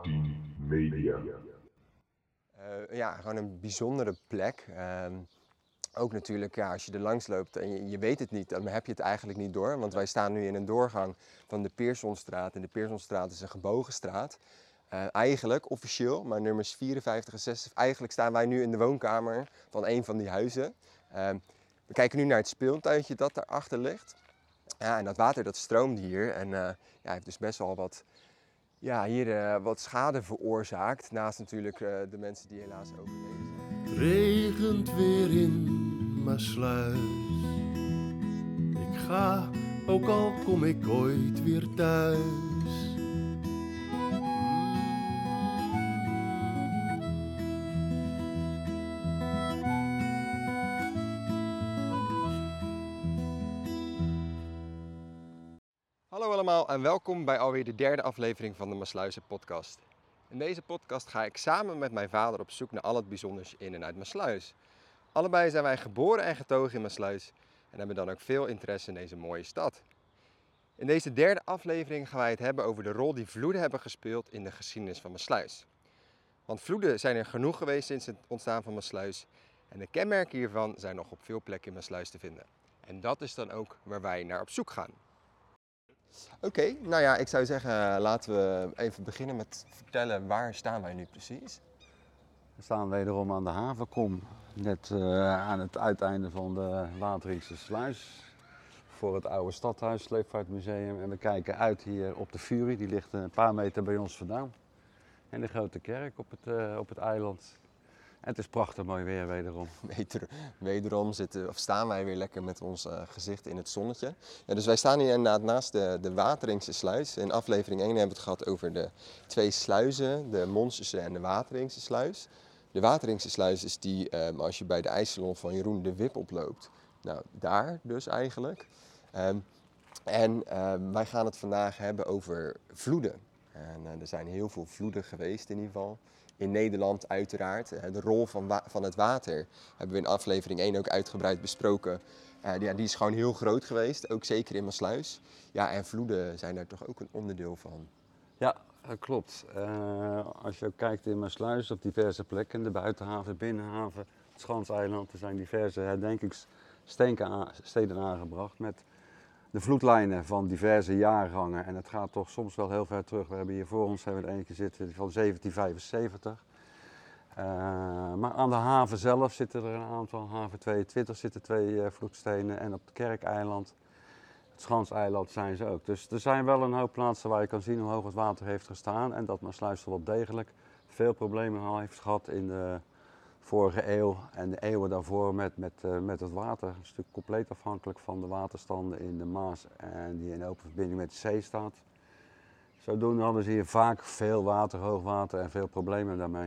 18 Media. Ja, gewoon een bijzondere plek. Ook natuurlijk, ja, als je er langs loopt en je weet het niet, dan heb je het eigenlijk niet door. Want wij staan nu in een doorgang van de Pearsonstraat. En de Pearsonstraat is een gebogen straat. Eigenlijk officieel, maar nummers 54 en 60. Eigenlijk staan wij nu in de woonkamer van een van die huizen. We kijken nu naar het speeltuintje dat daarachter ligt. Ja, en dat water dat stroomt hier en ja, heeft dus best wel wat, ja, hier wat schade veroorzaakt. Naast natuurlijk de mensen die helaas overleden zijn. Regent weer in Maassluis. Ik ga, ook al kom ik ooit weer thuis. Hallo allemaal en welkom bij alweer de derde aflevering van de Maassluizen podcast. In deze podcast ga ik samen met mijn vader op zoek naar al het bijzonders in en uit Maassluis. Allebei zijn wij geboren en getogen in Maassluis en hebben dan ook veel interesse in deze mooie stad. In deze derde aflevering gaan wij het hebben over de rol die vloeden hebben gespeeld in de geschiedenis van Maassluis. Want vloeden zijn er genoeg geweest sinds het ontstaan van Maassluis en de kenmerken hiervan zijn nog op veel plekken in Maassluis te vinden. En dat is dan ook waar wij naar op zoek gaan. Oké, nou ja, ik zou zeggen laten we even beginnen met vertellen waar staan wij nu precies. We staan wederom aan de havenkom, net aan het uiteinde van de Wateringse sluis. Voor het oude stadhuis, Sleepvaartmuseum. En we kijken uit hier op de Fury, die ligt een paar meter bij ons vandaan. En de grote kerk op het eiland. En het is prachtig mooi weer wederom. Wederom staan wij weer lekker met ons gezicht in het zonnetje. Ja, dus wij staan hier inderdaad naast de Wateringse sluis. In aflevering 1 hebben we het gehad over de twee sluizen, de Monsterse en de Wateringse sluis. De Wateringse sluis is die als je bij de ijssalon van Jeroen de Wip oploopt. Nou, daar dus eigenlijk. Wij gaan het vandaag hebben over vloeden. En er zijn heel veel vloeden geweest in ieder geval. In Nederland uiteraard. De rol van het water hebben we in aflevering 1 ook uitgebreid besproken. Ja, die is gewoon heel groot geweest, ook zeker in Maassluis. Ja, en vloeden zijn daar toch ook een onderdeel van. Ja, dat klopt. Als je ook kijkt in Maassluis op diverse plekken, de buitenhaven, binnenhaven, het Schanseiland, er zijn diverse herdenkingssteden aangebracht met de vloedlijnen van diverse jaargangen. En het gaat toch soms wel heel ver terug. We hebben hier voor ons er eentje zitten van 1775. Maar aan de haven zelf zitten er een aantal, haven 22 zitten twee vloedstenen en op het Kerkeiland, het Schanseiland zijn ze ook. Dus er zijn wel een hoop plaatsen waar je kan zien hoe hoog het water heeft gestaan en dat Maassluis wel degelijk veel problemen al heeft gehad in de vorige eeuw en de eeuwen daarvoor met het water. Het is natuurlijk compleet afhankelijk van de waterstanden in de Maas en die in open verbinding met de zee staat. Zodoende hadden ze hier vaak veel water, hoog water en veel problemen daarmee.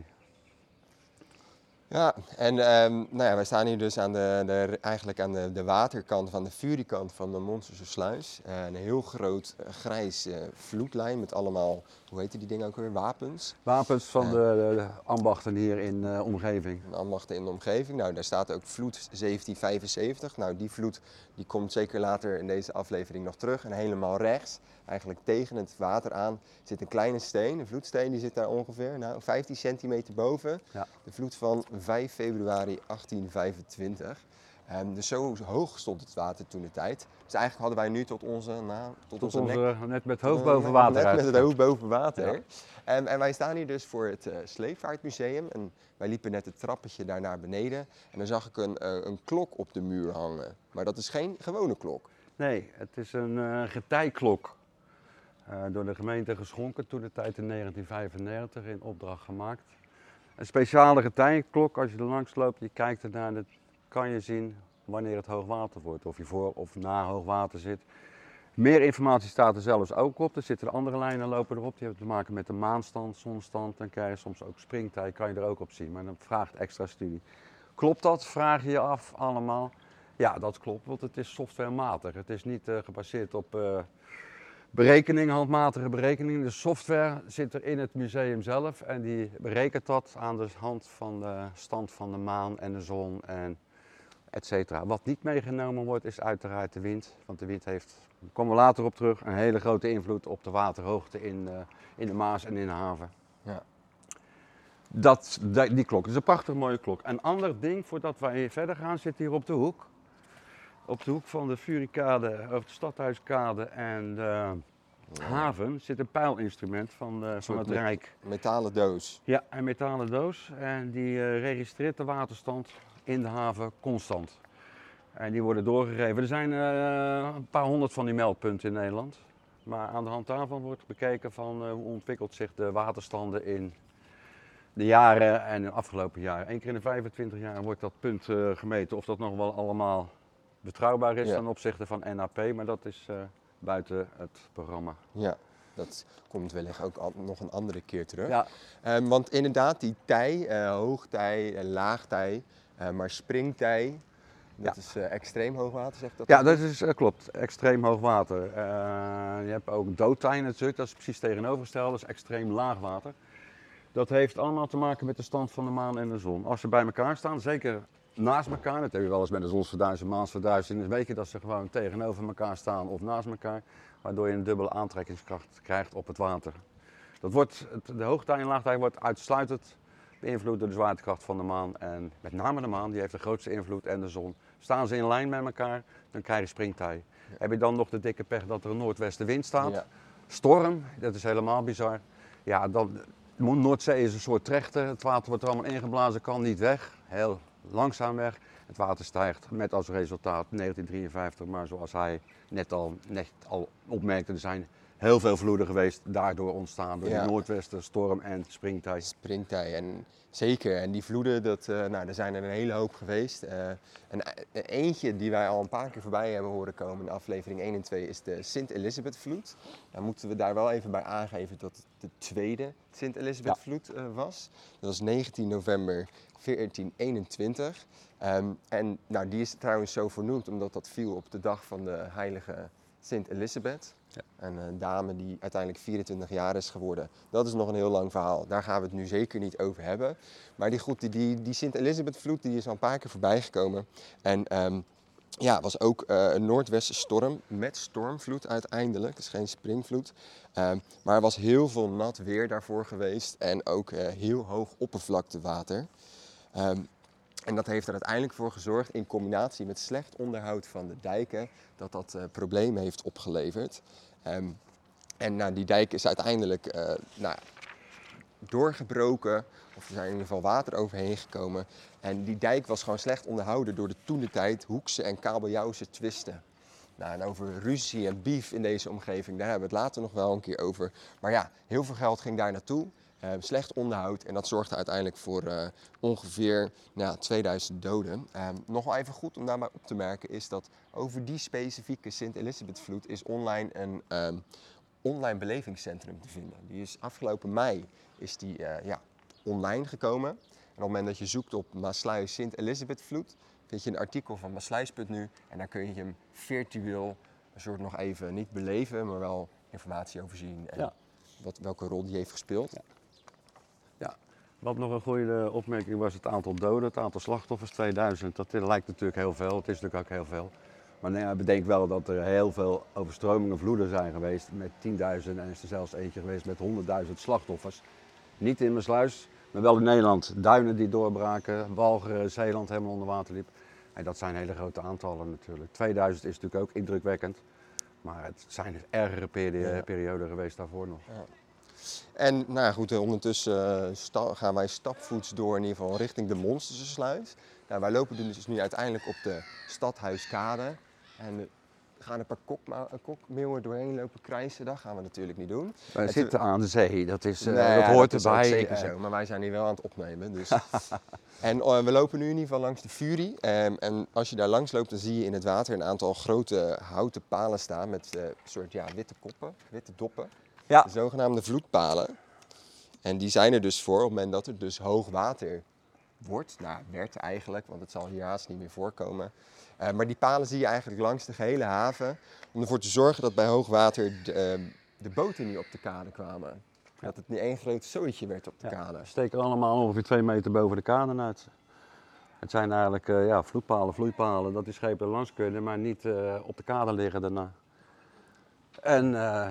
Ja, en nou ja, wij staan hier dus eigenlijk aan de waterkant, van de Furykant van de Monsterse sluis. Een heel groot grijs vloedlijn met allemaal, hoe heet die dingen ook weer, wapens? Wapens van de ambachten hier in de omgeving. Ambachten in de omgeving. Nou, daar staat ook vloed 1775. Nou, die vloed die komt zeker later in deze aflevering nog terug. En helemaal rechts, eigenlijk tegen het water aan, zit een kleine steen. Een vloedsteen die zit daar ongeveer 15 centimeter boven. Ja. De vloed van 5 februari 1825. Dus zo hoog stond het water toen de tijd. Dus eigenlijk hadden wij nu tot onze nek, net met het hoofd boven water net uit. met het hoofd boven water. Ja. En wij staan hier dus voor het Sleepvaartmuseum. En wij liepen net het trappetje daar naar beneden. En dan zag ik een klok op de muur hangen. Maar dat is geen gewone klok. Nee, het is een getijklok. Door de gemeente geschonken toen de tijd in 1995 in opdracht gemaakt. Een speciale getijklok, als je er langs loopt, je kijkt ernaar, dan kan je zien wanneer het hoogwater wordt. Of je voor of na hoogwater zit. Meer informatie staat er zelfs ook op. Er zitten andere lijnen lopen erop. Die hebben te maken met de maanstand, zonstand. Dan krijg je soms ook springtijd, kan je er ook op zien. Maar dat vraagt extra studie. Klopt dat? Vraag je je af allemaal. Ja, dat klopt, want het is softwarematig. Het is niet gebaseerd op handmatige berekeningen. De software zit er in het museum zelf en die berekent dat aan de hand van de stand van de maan en de zon en et cetera. Wat niet meegenomen wordt is uiteraard de wind, want de wind heeft, daar komen we later op terug, een hele grote invloed op de waterhoogte in de Maas en in de haven. Ja. Die klok, dat is een prachtig mooie klok. Een ander ding, voordat wij verder gaan, zit hier op de hoek. Op de hoek van de Furikade, of de Stadhuiskade en de haven, zit een pijlinstrument van het Rijk. Metalen doos. Ja, een metalen doos. En die registreert de waterstand in de haven constant. En die worden doorgegeven. Er zijn een paar honderd van die meldpunten in Nederland. Maar aan de hand daarvan wordt bekeken van hoe ontwikkelt zich de waterstanden in de jaren en de afgelopen jaren. Eén keer in de 25 jaar wordt dat punt gemeten. Of dat nog wel allemaal betrouwbaar is ten opzichte van NAP, maar dat is buiten het programma. Ja, dat komt wellicht ook nog een andere keer terug. Ja. Want inderdaad, die tij, hoogtij, laagtij, maar springtij, dat is extreem hoog water, zegt dat? Ja, dat is, klopt. Extreem hoog water. Je hebt ook doodtij natuurlijk, dat is precies tegenovergesteld, dat is extreem laag water. Dat heeft allemaal te maken met de stand van de maan en de zon. Als ze bij elkaar staan, zeker naast elkaar, dat heb je wel eens met de zonsverduistering, maansverduistering, dan weet je dat ze gewoon tegenover elkaar staan of naast elkaar, waardoor je een dubbele aantrekkingskracht krijgt op het water. De hoogtij en laagtij wordt uitsluitend beïnvloed door de zwaartekracht van de maan en met name de maan, die heeft de grootste invloed en de zon. Staan ze in lijn met elkaar, dan krijg je springtij. Ja. Heb je dan nog de dikke pech dat er een noordwestenwind staat, storm, dat is helemaal bizar. Ja, de Noordzee is een soort trechter, het water wordt er allemaal ingeblazen, kan niet weg, heel langzaam weg. Het water stijgt met als resultaat 1953, maar zoals hij net al opmerkte, er zijn heel veel vloeden geweest, daardoor ontstaan door die noordwesten, storm en springtij. Springtij, en zeker. En die vloeden, er zijn er een hele hoop geweest. Eentje die wij al een paar keer voorbij hebben horen komen in aflevering 1 en 2 is de Sint-Elisabethvloed. Dan moeten we daar wel even bij aangeven dat het de tweede Sint-Elisabethvloed was. Dat was 19 november 1421. En die is trouwens zo vernoemd omdat dat viel op de dag van de heilige Sint-Elisabeth. Ja. Een dame die uiteindelijk 24 jaar is geworden. Dat is nog een heel lang verhaal. Daar gaan we het nu zeker niet over hebben. Maar die Sint-Elisabethvloed die is al een paar keer voorbij gekomen. En was ook een noordwestenstorm met stormvloed uiteindelijk. Dus geen springvloed. Maar er was heel veel nat weer daarvoor geweest. En ook heel hoog oppervlaktewater. En dat heeft er uiteindelijk voor gezorgd, in combinatie met slecht onderhoud van de dijken, dat problemen heeft opgeleverd. Die dijk is uiteindelijk doorgebroken, of er zijn in ieder geval water overheen gekomen. En die dijk was gewoon slecht onderhouden door de toentertijd Hoekse en Kabeljauwse twisten. En over ruzie en beef in deze omgeving, daar hebben we het later nog wel een keer over. Maar heel veel geld ging daar naartoe. Slecht onderhoud en dat zorgde uiteindelijk voor ongeveer 2000 doden. Nog wel even goed om daarbij op te merken is dat over die specifieke Sint-Elisabethvloed is online een online belevingscentrum te vinden. Die is afgelopen mei online gekomen. En op het moment dat je zoekt op Maassluis Sint-Elisabethvloed vind je een artikel van Maassluis.nu en daar kun je hem virtueel een soort nog even niet beleven, maar wel informatie over zien en welke rol die heeft gespeeld. Ja. Wat nog een goede opmerking was het aantal doden, het aantal slachtoffers, 2000. Dat lijkt natuurlijk heel veel, het is natuurlijk ook heel veel. Maar bedenk wel dat er heel veel overstromingen, vloeden zijn geweest met 10.000 en is er zelfs eentje geweest met 100.000 slachtoffers. Niet in Maassluis, maar wel in Nederland. Duinen die doorbraken, Walcheren, Zeeland helemaal onder water liep. En dat zijn hele grote aantallen natuurlijk. 2000 is natuurlijk ook indrukwekkend, maar het zijn ergere perioden geweest daarvoor nog. Ja. En ondertussen gaan wij stapvoets door in ieder geval richting de Monstersluis. Wij lopen dus nu uiteindelijk op de Stadhuiskade. En er gaan een paar kokmeeuwen doorheen lopen krijsen. Dat gaan we natuurlijk niet doen. Wij zitten aan de zee, dat hoort erbij. Dat is zeker zo, maar wij zijn hier wel aan het opnemen. Dus. En we lopen nu in ieder geval langs de Furie. En als je daar langs loopt, dan zie je in het water een aantal grote houten palen staan met een soort witte koppen, witte doppen. Ja. De zogenaamde vloedpalen. En die zijn er dus voor op het moment dat er dus hoog water wordt. Werd eigenlijk, want het zal hier haast niet meer voorkomen. Maar die palen zie je eigenlijk langs de gehele haven. Om ervoor te zorgen dat bij hoog water de boten niet op de kade kwamen. Dat het niet één groot zooitje werd op de kade. Ze steken allemaal ongeveer 2 meter boven de kade uit. Het zijn eigenlijk vloedpalen, vloeipalen, dat die schepen langs kunnen, maar niet op de kade liggen daarna. En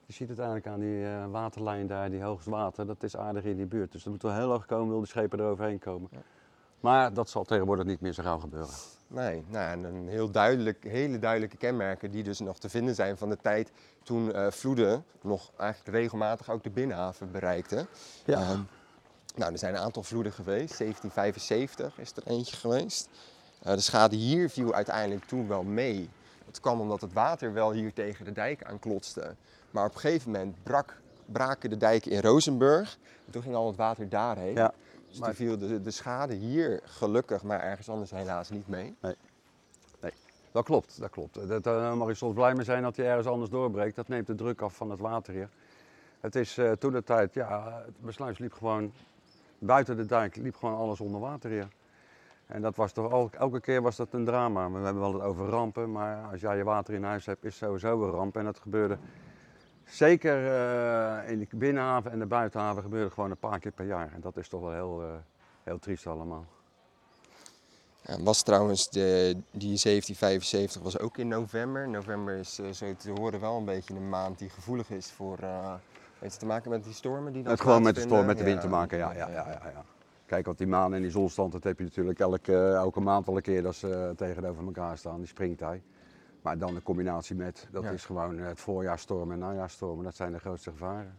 Je ziet het eigenlijk aan die waterlijn daar, die hoogstwater, dat is aardig in die buurt. Dus dat moet wel heel erg komen, wil de schepen eroverheen komen. Ja. Maar dat zal tegenwoordig niet meer zo gauw gebeuren. Nee, nou, en een hele duidelijke kenmerken die dus nog te vinden zijn van de tijd toen vloeden nog eigenlijk regelmatig ook de binnenhaven bereikten. Ja. Nou, er zijn een aantal vloeden geweest. 1775 is er eentje geweest. De schade hier viel uiteindelijk toen wel mee. Dat kwam omdat het water wel hier tegen de dijk aan klotste. Maar op een gegeven moment braken de dijken in Rozenburg. En toen ging al het water daarheen. Ja. Dus toen viel de schade hier gelukkig, maar ergens anders helaas niet mee. Nee. Dat klopt. Daar mag je soms blij mee zijn dat hij ergens anders doorbreekt. Dat neemt de druk af van het water hier. Het is toen de tijd, het besluit liep gewoon, buiten de dijk liep gewoon alles onder water hier. En dat was toch elke keer was dat een drama. We hebben wel het over rampen, maar als jij je water in huis hebt, is het sowieso een ramp. En dat gebeurde zeker in de binnenhaven en de buitenhaven gebeurde gewoon een paar keer per jaar. En dat is toch wel heel triest allemaal. Ja, was trouwens die 1775 was ook in november. November is zo te horen wel een beetje een maand die gevoelig is voor heeft het te maken met die stormen die dan Het gewoon met de storm, met de wind ja, te maken, ja. Kijk, want die maan en die zonstand, dat heb je natuurlijk elke maand wel een keer dat ze tegenover elkaar staan, die springtij. Maar dan de combinatie met, dat is gewoon het voorjaarsstorm en najaarstormen, dat zijn de grootste gevaren.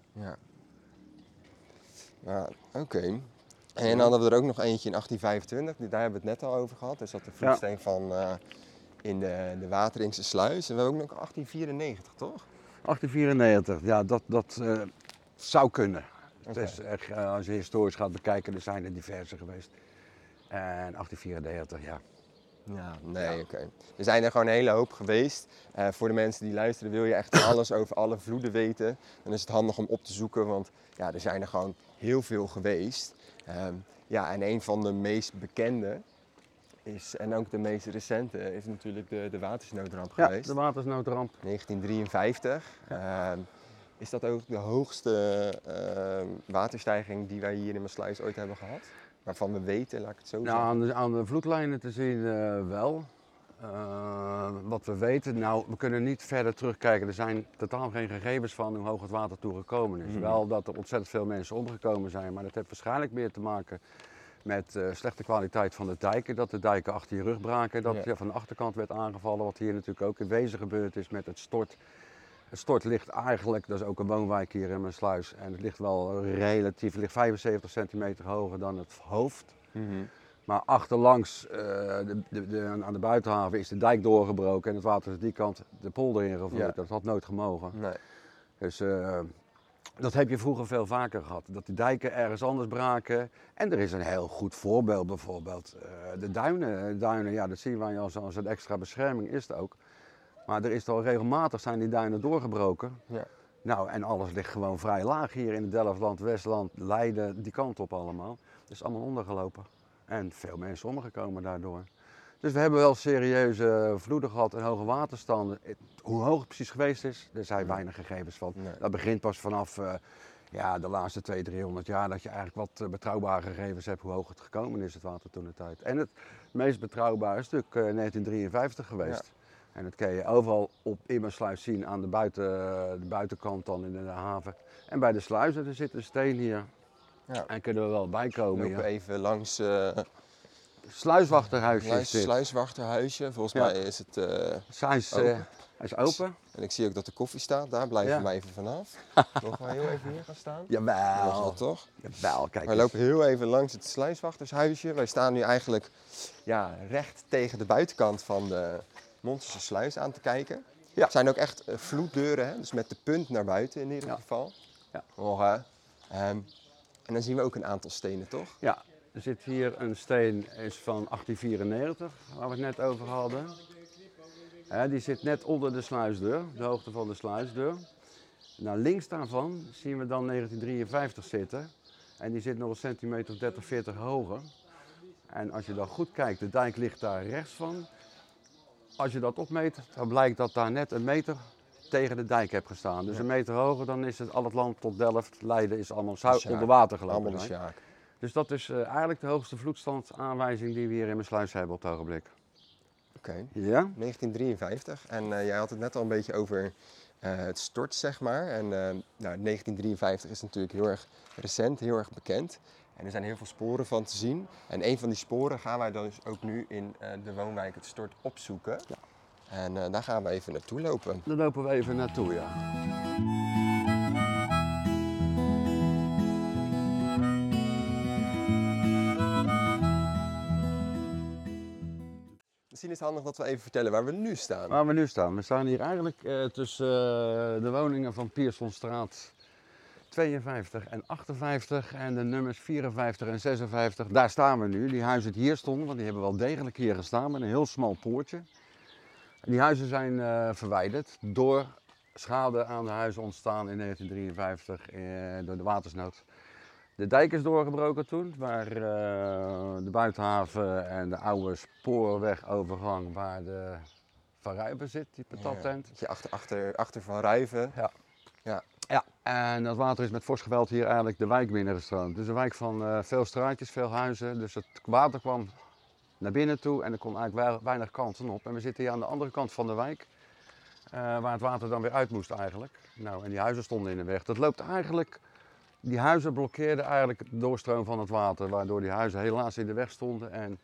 Ja, oké. En dan hadden we er ook nog eentje in 1825, daar hebben we het net al over gehad. Er zat de vloedsteen van in de Wateringse sluis. En we hebben ook nog 1894, toch? 1894, ja, dat zou kunnen. Okay. Het is echt, als je historisch gaat bekijken, er zijn er diverse geweest. En 1894, ja. Ja, nee, oké. Er zijn er gewoon een hele hoop geweest. Voor de mensen die luisteren, wil je echt alles over alle vloeden weten. Dan is het handig om op te zoeken, want ja, er zijn er gewoon heel veel geweest. En een van de meest bekende is, en ook de meest recente, is natuurlijk de watersnoodramp geweest. Ja, de watersnoodramp. 1953. Ja. Is dat ook de hoogste waterstijging die wij hier in Maassluis ooit hebben gehad? Waarvan we weten, laat ik het zo zeggen. Nou, aan de vloedlijnen te zien wel. Wat we weten, nou, we kunnen niet verder terugkijken. Er zijn totaal geen gegevens van hoe hoog het water toegekomen is. Wel dat er ontzettend veel mensen omgekomen zijn, maar dat heeft waarschijnlijk meer te maken met slechte kwaliteit van de dijken. Dat de dijken achter je rug braken, dat je van de achterkant werd aangevallen. Wat hier natuurlijk ook in wezen gebeurd is met het stort. Het stort ligt eigenlijk, dat is ook een woonwijk hier in Maassluis. En het ligt wel relatief, het ligt 75 centimeter hoger dan het hoofd. Maar achterlangs, aan de buitenhaven, is de dijk doorgebroken en het water is die kant de polder ingevloeid. Ja. Dat had nooit gemogen. Nee. Dus dat heb je vroeger veel vaker gehad. Dat de dijken ergens anders braken. En er is een heel goed voorbeeld bijvoorbeeld. De duinen, ja, dat zien wij als een extra bescherming, is het ook. Maar er is al regelmatig zijn die duinen doorgebroken. Ja. Nou, en alles ligt gewoon vrij laag hier in het Delftland, Westland, Leiden, die kant op allemaal. Het is allemaal ondergelopen. En veel mensen omgekomen daardoor. Dus we hebben wel serieuze vloeden gehad en hoge waterstanden. Hoe hoog het precies geweest is, daar zijn weinig gegevens van. Nee. Dat begint pas vanaf de laatste 200-300 jaar dat je eigenlijk wat betrouwbare gegevens hebt hoe hoog het gekomen is, het water toen de tijd. En het meest betrouwbare is natuurlijk 1953 geweest. Ja. En dat kun je overal in Maassluis zien aan de buitenkant dan in de haven. En bij de sluizen, er zit een steen hier. Ja. En kunnen we wel bijkomen. We lopen even langs sluiswachterhuisje. Sluiswachterhuisje, volgens mij is het hij is open. En ik zie ook dat de koffie staat, daar blijven we even vanaf. Mogen we heel even hier gaan staan? Jawel. Mag dat toch? Jawel, kijk. We lopen heel even langs het sluiswachtershuisje. Wij staan nu eigenlijk recht tegen de buitenkant van de Monsterse sluis aan te kijken. Ja. Het zijn ook echt vloeddeuren, hè? Dus met de punt naar buiten in ieder geval. Ja. En dan zien we ook een aantal stenen, toch? Ja, er zit hier een steen, is van 1894, waar we het net over hadden. Die zit net onder de sluisdeur, de hoogte van de sluisdeur. Nou, links daarvan zien we dan 1953 zitten. En die zit nog een centimeter of 30, 40 hoger. En als je dan goed kijkt, de dijk ligt daar rechts van. Als je dat opmeet, dan blijkt dat daar net een meter tegen de dijk hebt gestaan. Dus een meter hoger, dan is het al het land tot Delft, Leiden is allemaal onder water gelopen. Dus dat is eigenlijk de hoogste vloedstandsaanwijzing die we hier in Maassluis hebben op het ogenblik. Oké. Ja? 1953. En jij had het net al een beetje over het stort, zeg maar. En 1953 is natuurlijk heel erg recent, heel erg bekend. En er zijn heel veel sporen van te zien. En een van die sporen gaan wij dus ook nu in de woonwijk Het Stort opzoeken. Ja. En daar gaan we even naartoe lopen. Daar lopen we even naartoe, ja. Misschien is het handig dat we even vertellen waar we nu staan. Waar we nu staan. We staan hier eigenlijk tussen de woningen van Piersonstraat 52 en 58 en de nummers 54 en 56. Daar staan we nu. Die huizen die hier stonden, want die hebben wel degelijk hier gestaan met een heel smal poortje. Die huizen zijn verwijderd door schade aan de huizen ontstaan in 1953 door de watersnood. De dijk is doorgebroken toen, waar de buitenhaven en de oude spoorwegovergang waar de Van Ruiven zit, die patattent. Ja, achter Van Ruiven. Ja, en dat water is met fors geweld hier eigenlijk de wijk binnengestroomd. Dus een wijk van veel straatjes, veel huizen. Dus het water kwam naar binnen toe en er kon eigenlijk weinig kanten op. En we zitten hier aan de andere kant van de wijk, waar het water dan weer uit moest eigenlijk. Nou, en die huizen stonden in de weg. Dat loopt eigenlijk, die huizen blokkeerden eigenlijk de doorstroom van het water, waardoor die huizen helaas in de weg stonden en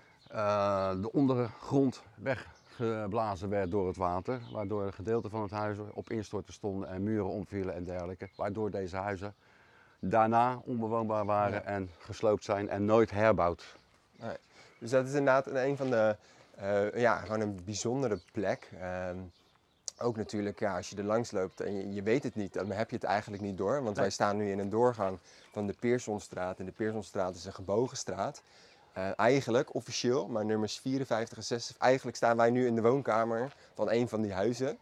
de ondergrond weggeblazen werd door het water. Waardoor een gedeelte van het huis op instorten stonden en muren omvielen en dergelijke. Waardoor deze huizen daarna onbewoonbaar waren en gesloopt zijn en nooit herbouwd. Nee. Dus dat is inderdaad een van de, gewoon een bijzondere plek. Ook natuurlijk, als je er langs loopt en je weet het niet, dan heb je het eigenlijk niet door. Want wij staan nu in een doorgang van de Piersonstraat. En de Piersonstraat is een gebogen straat. Eigenlijk, officieel, maar nummers 54 en 60. Eigenlijk staan wij nu in de woonkamer van een van die huizen.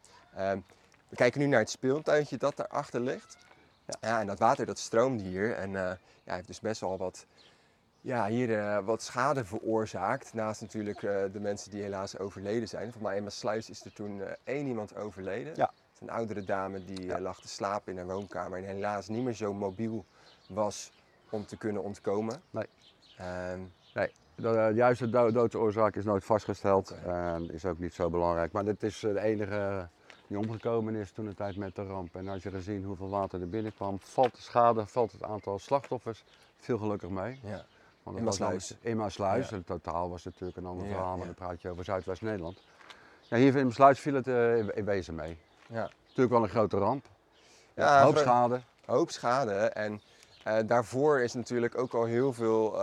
We kijken nu naar het speeltuintje dat daarachter ligt. Ja, en dat water dat stroomt hier en heeft dus best wel wat... Ja, hier wat schade veroorzaakt, naast natuurlijk de mensen die helaas overleden zijn. Voor mij in Maassluis is er toen 1 iemand overleden. Ja. Het is een oudere dame die lag te slapen in haar woonkamer en helaas niet meer zo mobiel was om te kunnen ontkomen. Nee. Nee. De juiste doodsoorzaak is nooit vastgesteld en is ook niet zo belangrijk. Maar dit is de enige die omgekomen is toen de tijd met de ramp. En als je gezien hoeveel water er binnenkwam, valt de schade, valt het aantal slachtoffers veel gelukkig mee. Ja. In Maassluis. In Maassluis. Het totaal was natuurlijk een ander verhaal, maar dan praat je over Zuidwest-Nederland. Ja, hier in Maassluis viel het in wezen mee. Ja. Natuurlijk wel een grote ramp. Ja, hoop schade. Hoop schade en daarvoor is natuurlijk ook al heel veel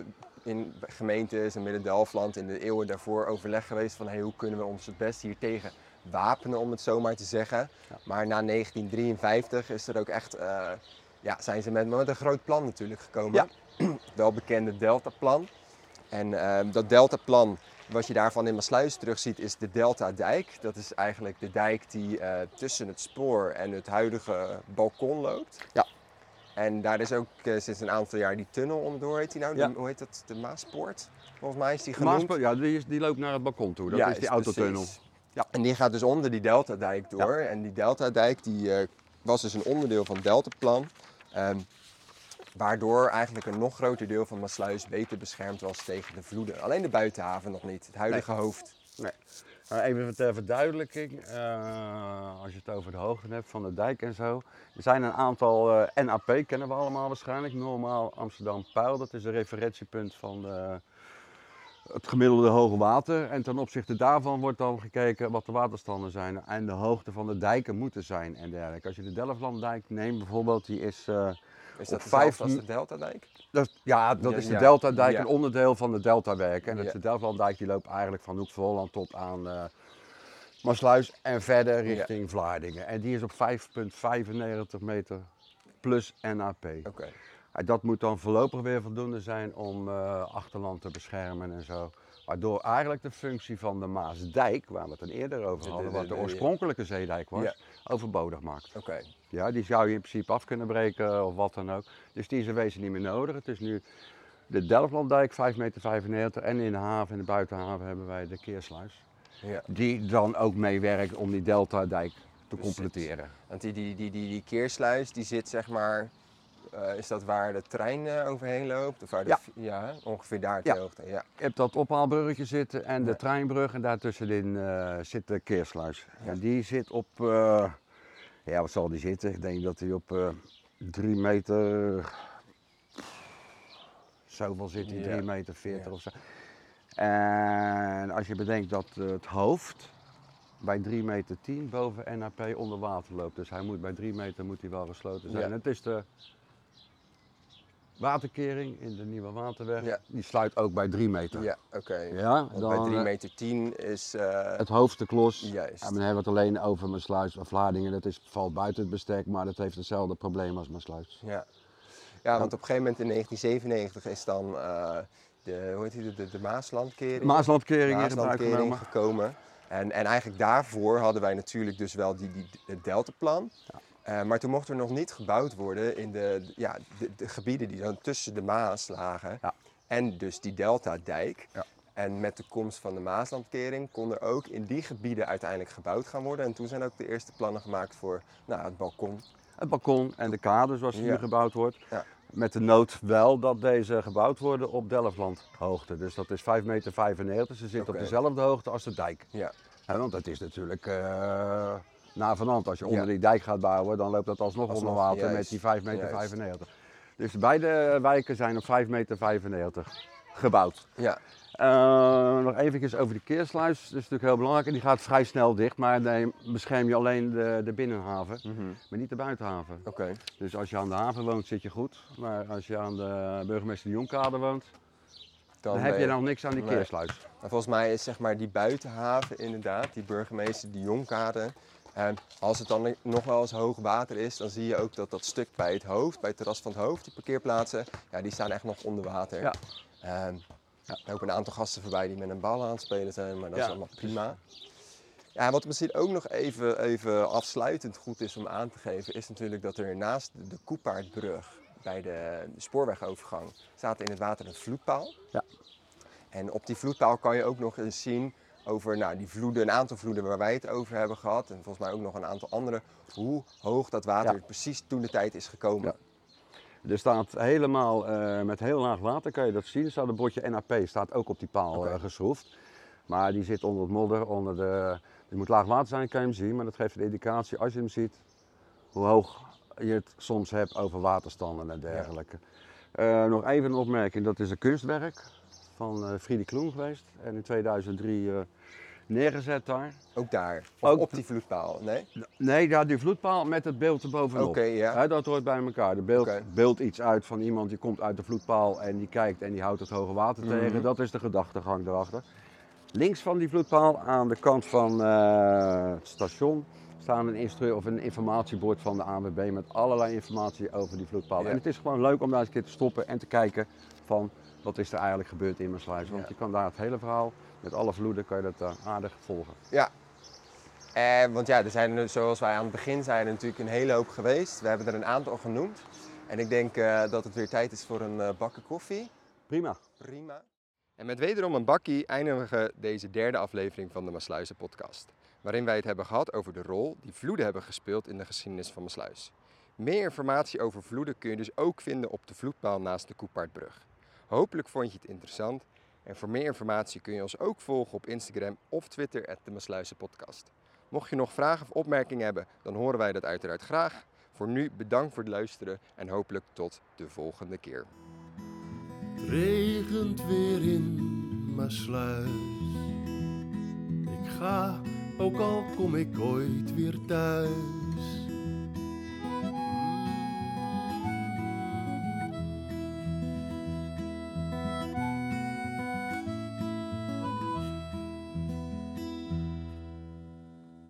in gemeentes in Midden-Delfland in de eeuwen daarvoor overleg geweest van hoe kunnen we ons het best hier tegen wapenen, om het zo maar te zeggen. Ja. Maar na 1953 is er ook echt, zijn ze met een groot plan natuurlijk gekomen. Ja. Welbekende Deltaplan. En dat Deltaplan, wat je daarvan in Maassluis terugziet, is de Deltadijk. Dat is eigenlijk de dijk die tussen het spoor en het huidige balkon loopt. Ja. En daar is ook sinds een aantal jaar die tunnel onderdoor. Heet die nou? Ja. Hoe heet dat? De Maaspoort? Volgens mij is die genoemd. Ja, die loopt naar het balkon toe. Dat is die autotunnel. Ja. En die gaat dus onder die Deltadijk door. Ja. En die Deltadijk die, was dus een onderdeel van het Deltaplan. Waardoor eigenlijk een nog groter deel van Maassluis beter beschermd was tegen de vloeden. Alleen de buitenhaven nog niet, het huidige hoofd. Nee. Even ter verduidelijking, als je het over de hoogte hebt van de dijk en zo. Er zijn een aantal, NAP kennen we allemaal waarschijnlijk, normaal Amsterdam Peil. Dat is een referentiepunt van het gemiddelde hoge water. En ten opzichte daarvan wordt dan gekeken wat de waterstanden zijn en de hoogte van de dijken moeten zijn en dergelijke. Als je de Delflanddijk neemt bijvoorbeeld, die is... Is dat hetzelfde als de Deltadijk? Dat is de Deltadijk, een onderdeel van de Deltawerken. En de Delflanddijk die loopt eigenlijk van Hoek van Holland tot aan Maassluis en verder richting Vlaardingen. En die is op 5,95 meter plus NAP. Okay. Dat moet dan voorlopig weer voldoende zijn om achterland te beschermen en zo. Waardoor eigenlijk de functie van de Maasdijk, waar we het dan eerder over hadden, wat de oorspronkelijke zeedijk was, overbodig maakt. Okay. Ja, die zou je in principe af kunnen breken of wat dan ook. Dus die is in wezen niet meer nodig. Het is nu de Delflanddijk, 5,95 meter. En in de haven, in de buitenhaven, hebben wij de Keersluis. Ja. Die dan ook meewerkt om die Deltadijk te completeren. Want die Keersluis, die zit zeg maar... is dat waar de trein overheen loopt? Of waar ongeveer daar ter hoogte. Ja. Je hebt dat ophaalbruggetje zitten en de treinbrug en daartussenin zit de Keersluis. Ja. En die zit op Ja, wat zal die zitten? Ik denk dat hij op 3 meter, zoveel zit hij, 3 meter 40 of zo. En als je bedenkt dat het hoofd bij 3 meter 10 boven NAP onder water loopt. Dus hij moet bij 3 meter moet hij wel gesloten zijn. Ja. Het is de waterkering in de Nieuwe Waterweg. Ja. Die sluit ook bij 3 meter. Ja, oké. Ja, Want bij 3 meter 10 is... het hoofdstuk los. Juist. En dan hebben we het alleen over Maassluis of Vlaardingen. Dat valt buiten het bestek, maar dat heeft hetzelfde probleem als Maassluis. Ja. Ja, want op een gegeven moment in 1997 is dan de Maaslandkering. Maaslandkering in gebruik genomen. gekomen. En eigenlijk daarvoor hadden wij natuurlijk dus wel het deltaplan. Maar toen mocht er nog niet gebouwd worden in de gebieden die dan tussen de Maas lagen. Ja. En dus die deltadijk. Ja. En met de komst van de Maaslandkering kon er ook in die gebieden uiteindelijk gebouwd gaan worden. En toen zijn ook de eerste plannen gemaakt voor het balkon. Het balkon en de kade zoals die nu gebouwd wordt. Ja. Met de nood wel dat deze gebouwd worden op Delftlandhoogte. Dus dat is 5,95 meter. Ze zitten op dezelfde hoogte als de dijk. Ja. Want dat is natuurlijk na van hand. Als je onder die dijk gaat bouwen, dan loopt dat alsnog onder water met die 5,95 meter. Dus beide wijken zijn op 5,95 meter gebouwd. Ja. Nog even over die keersluis. Dat is natuurlijk heel belangrijk. En die gaat vrij snel dicht, maar dan bescherm je alleen de binnenhaven, maar niet de buitenhaven. Oké. Dus als je aan de haven woont, zit je goed. Maar als je aan de burgemeester de Jonkade woont, dan heb je nog niks aan die keersluis. Maar volgens mij is zeg maar die buitenhaven inderdaad, die burgemeester, die Jonkade. Als het dan nog wel eens hoog water is, dan zie je ook dat stuk bij het hoofd, bij het terras van het hoofd, die parkeerplaatsen, die staan echt nog onder water. Ja. Er lopen een aantal gasten voorbij die met een bal aan het spelen zijn, maar dat is allemaal prima. Ja, wat misschien ook nog even afsluitend goed is om aan te geven, is natuurlijk dat er naast de Koepaardbrug bij de spoorwegovergang staat in het water een vloedpaal. Ja. En op die vloedpaal kan je ook nog eens zien over die vloeden, een aantal vloeden waar wij het over hebben gehad. En volgens mij ook nog een aantal andere, hoe hoog dat water precies toen de tijd is gekomen. Ja. Er staat helemaal met heel laag water, kan je dat zien. Er staat een bordje NAP, staat ook op die paal geschroefd. Maar die zit onder het modder, het moet laag water zijn, kan je hem zien. Maar dat geeft een indicatie, als je hem ziet, hoe hoog je het soms hebt over waterstanden en dergelijke. Nog even een opmerking, dat is een kunstwerk van Friedi Kloen geweest. En in 2003 neergezet daar. Ook daar? Of op die vloedpaal? Nee? Nee, die vloedpaal met het beeld erbovenop. Oké, ja. Dat hoort bij elkaar. Er beeld iets uit van iemand die komt uit de vloedpaal en die kijkt en die houdt het hoge water tegen. Dat is de gedachtegang erachter. Links van die vloedpaal, aan de kant van het station, staat een informatiebord van de ANWB met allerlei informatie over die vloedpaal. Ja. En het is gewoon leuk om daar eens een keer te stoppen en te kijken van wat is er eigenlijk gebeurd in Maassluis. Want je kan daar het hele verhaal, met alle vloeden, kan je dat aardig volgen. Ja, want er zijn er, zoals wij aan het begin zeiden, natuurlijk een hele hoop geweest. We hebben er een aantal genoemd. En ik denk dat het weer tijd is voor een bakje koffie. Prima. En met wederom een bakkie eindigen we deze derde aflevering van de Maassluizen podcast. Waarin wij het hebben gehad over de rol die vloeden hebben gespeeld in de geschiedenis van Maassluis. Meer informatie over vloeden kun je dus ook vinden op de vloedpaal naast de Koepaardbrug. Hopelijk vond je het interessant. En voor meer informatie kun je ons ook volgen op Instagram of Twitter @de Mocht je nog vragen of opmerkingen hebben, dan horen wij dat uiteraard graag. Voor nu bedankt voor het luisteren en hopelijk tot de volgende keer. Het regent weer in Maassluis. Ik ga, ook al kom ik ooit weer thuis.